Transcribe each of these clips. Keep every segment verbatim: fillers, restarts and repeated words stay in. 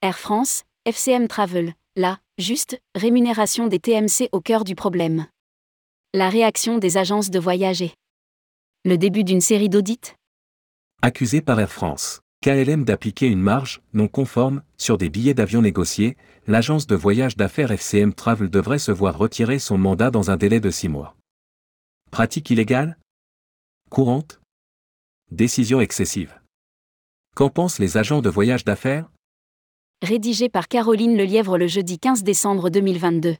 Air France, F C M Travel, la, juste, rémunération des T M C au cœur du problème. La réaction des agences de voyage est le début d'une série d'audits. Accusé par Air France, K L M d'appliquer une marge non conforme sur des billets d'avion négociés, l'agence de voyage d'affaires F C M Travel devrait se voir retirer son mandat dans un délai de six mois. Pratique illégale ? Courante ? Décision excessive. Qu'en pensent les agents de voyage d'affaires ? Rédigé par Caroline Lelièvre le jeudi quinze décembre deux mille vingt-deux.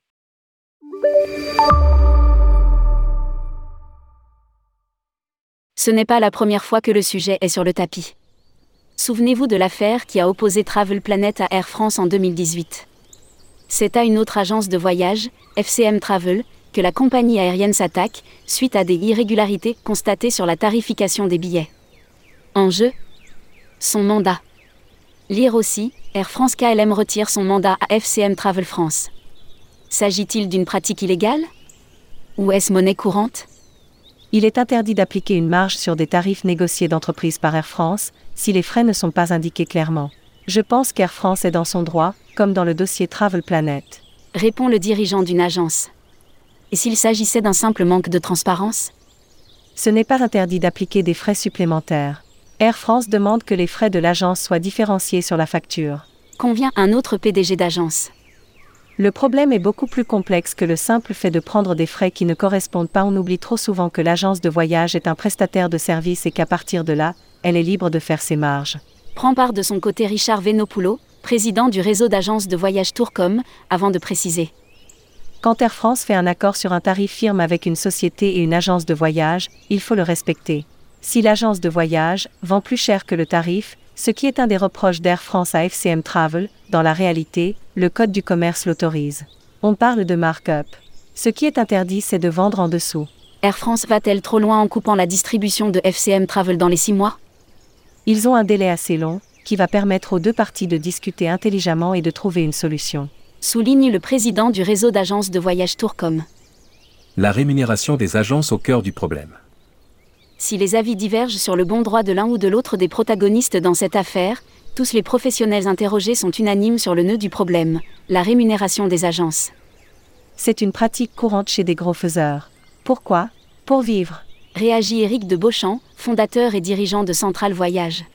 Ce n'est pas la première fois que le sujet est sur le tapis. Souvenez-vous de l'affaire qui a opposé Travel Planet à Air France en deux mille dix-huit. C'est à une autre agence de voyage, F C M Travel, que la compagnie aérienne s'attaque, suite à des irrégularités constatées sur la tarification des billets. En jeu, son mandat. Lire aussi, Air France K L M retire son mandat à F C M Travel France. S'agit-il d'une pratique illégale ? Ou est-ce monnaie courante ? Il est interdit d'appliquer une marge sur des tarifs négociés d'entreprise par Air France, si les frais ne sont pas indiqués clairement. Je pense qu'Air France est dans son droit, comme dans le dossier Travel Planet. Répond le dirigeant d'une agence. Et s'il s'agissait d'un simple manque de transparence ? Ce n'est pas interdit d'appliquer des frais supplémentaires. Air France demande que les frais de l'agence soient différenciés sur la facture. Convient un autre P D G d'agence. Le problème est beaucoup plus complexe que le simple fait de prendre des frais qui ne correspondent pas. On oublie trop souvent que l'agence de voyage est un prestataire de service et qu'à partir de là, elle est libre de faire ses marges. Prend part de son côté Richard Venopoulou, président du réseau d'agences de voyage Tourcom, avant de préciser. Quand Air France fait un accord sur un tarif firme avec une société et une agence de voyage, il faut le respecter. Si l'agence de voyage vend plus cher que le tarif, ce qui est un des reproches d'Air France à F C M Travel, dans la réalité, le Code du commerce l'autorise. On parle de markup. Ce qui est interdit, c'est de vendre en dessous. Air France va-t-elle trop loin en coupant la distribution de F C M Travel dans les six mois ? Ils ont un délai assez long, qui va permettre aux deux parties de discuter intelligemment et de trouver une solution. Souligne le président du réseau d'agences de voyage Tourcom. La rémunération des agences au cœur du problème. Si les avis divergent sur le bon droit de l'un ou de l'autre des protagonistes dans cette affaire, tous les professionnels interrogés sont unanimes sur le nœud du problème, la rémunération des agences. C'est une pratique courante chez des gros faiseurs. Pourquoi ? Pour vivre. Réagit Éric de Beauchamp, fondateur et dirigeant de Central Voyage.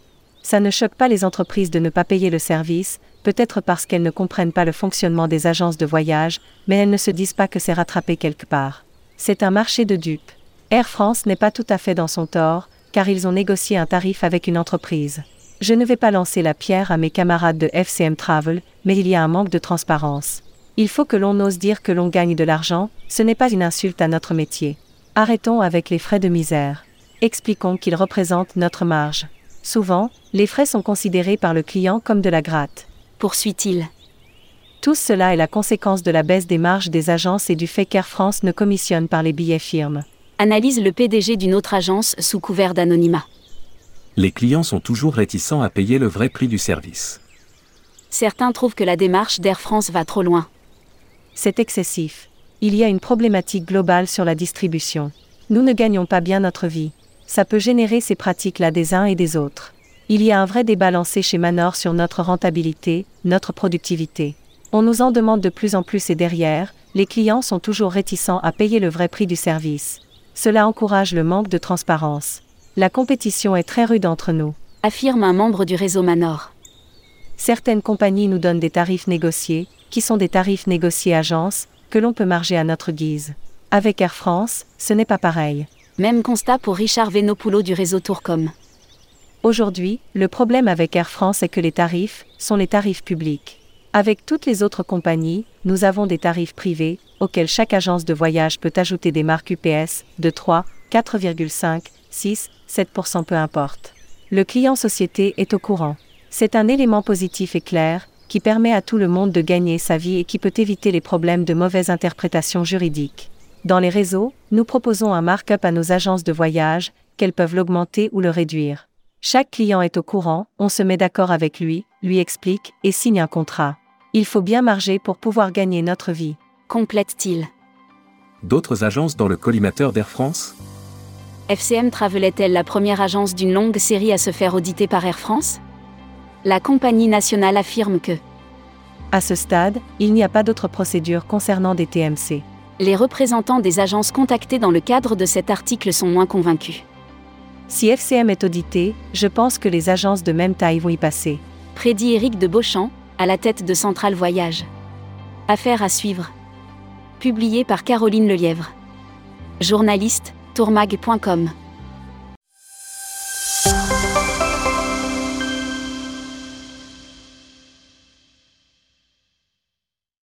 Ça ne choque pas les entreprises de ne pas payer le service, peut-être parce qu'elles ne comprennent pas le fonctionnement des agences de voyage, mais elles ne se disent pas que c'est rattrapé quelque part. C'est un marché de dupes. Air France n'est pas tout à fait dans son tort, car ils ont négocié un tarif avec une entreprise. Je ne vais pas lancer la pierre à mes camarades de F C M Travel, mais il y a un manque de transparence. Il faut que l'on ose dire que l'on gagne de l'argent, ce n'est pas une insulte à notre métier. Arrêtons avec les frais de misère. Expliquons qu'ils représentent notre marge. Souvent, les frais sont considérés par le client comme de la gratte. Poursuit-il. Tout cela est la conséquence de la baisse des marges des agences et du fait qu'Air France ne commissionne par les billets firmes. Analyse le P D G d'une autre agence sous couvert d'anonymat. Les clients sont toujours réticents à payer le vrai prix du service. Certains trouvent que la démarche d'Air France va trop loin. C'est excessif. Il y a une problématique globale sur la distribution. Nous ne gagnons pas bien notre vie. Ça peut générer ces pratiques-là des uns et des autres. Il y a un vrai débat lancé chez Manor sur notre rentabilité, notre productivité. On nous en demande de plus en plus et derrière, les clients sont toujours réticents à payer le vrai prix du service. Cela encourage le manque de transparence. La compétition est très rude entre nous. Affirme un membre du réseau Manor. Certaines compagnies nous donnent des tarifs négociés, qui sont des tarifs négociés agence, que l'on peut marger à notre guise. Avec Air France, ce n'est pas pareil. Même constat pour Richard Venopoulou du réseau Tourcom. Aujourd'hui, le problème avec Air France est que les tarifs sont les tarifs publics. Avec toutes les autres compagnies, nous avons des tarifs privés, auxquels chaque agence de voyage peut ajouter des marques U P S, de trois, quatre virgule cinq, six, sept pour cent peu importe. Le client société est au courant. C'est un élément positif et clair, qui permet à tout le monde de gagner sa vie et qui peut éviter les problèmes de mauvaise interprétation juridique. Dans les réseaux, nous proposons un markup à nos agences de voyage, qu'elles peuvent l'augmenter ou le réduire. Chaque client est au courant, on se met d'accord avec lui, lui explique et signe un contrat. Il faut bien marger pour pouvoir gagner notre vie. Complète-t-il. D'autres agences dans le collimateur d'Air France ? F C M Travel est-elle la première agence d'une longue série à se faire auditer par Air France ? La compagnie nationale affirme que À ce stade, il n'y a pas d'autre procédure concernant des T M C. les représentants des agences contactées dans le cadre de cet article sont moins convaincus. Si F C M est audité, je pense que les agences de même taille vont y passer. Prédit Éric de Beauchamp, à la tête de Central Voyage. Affaire à suivre. Publié par Caroline Lelièvre. Journaliste, tourmag point com.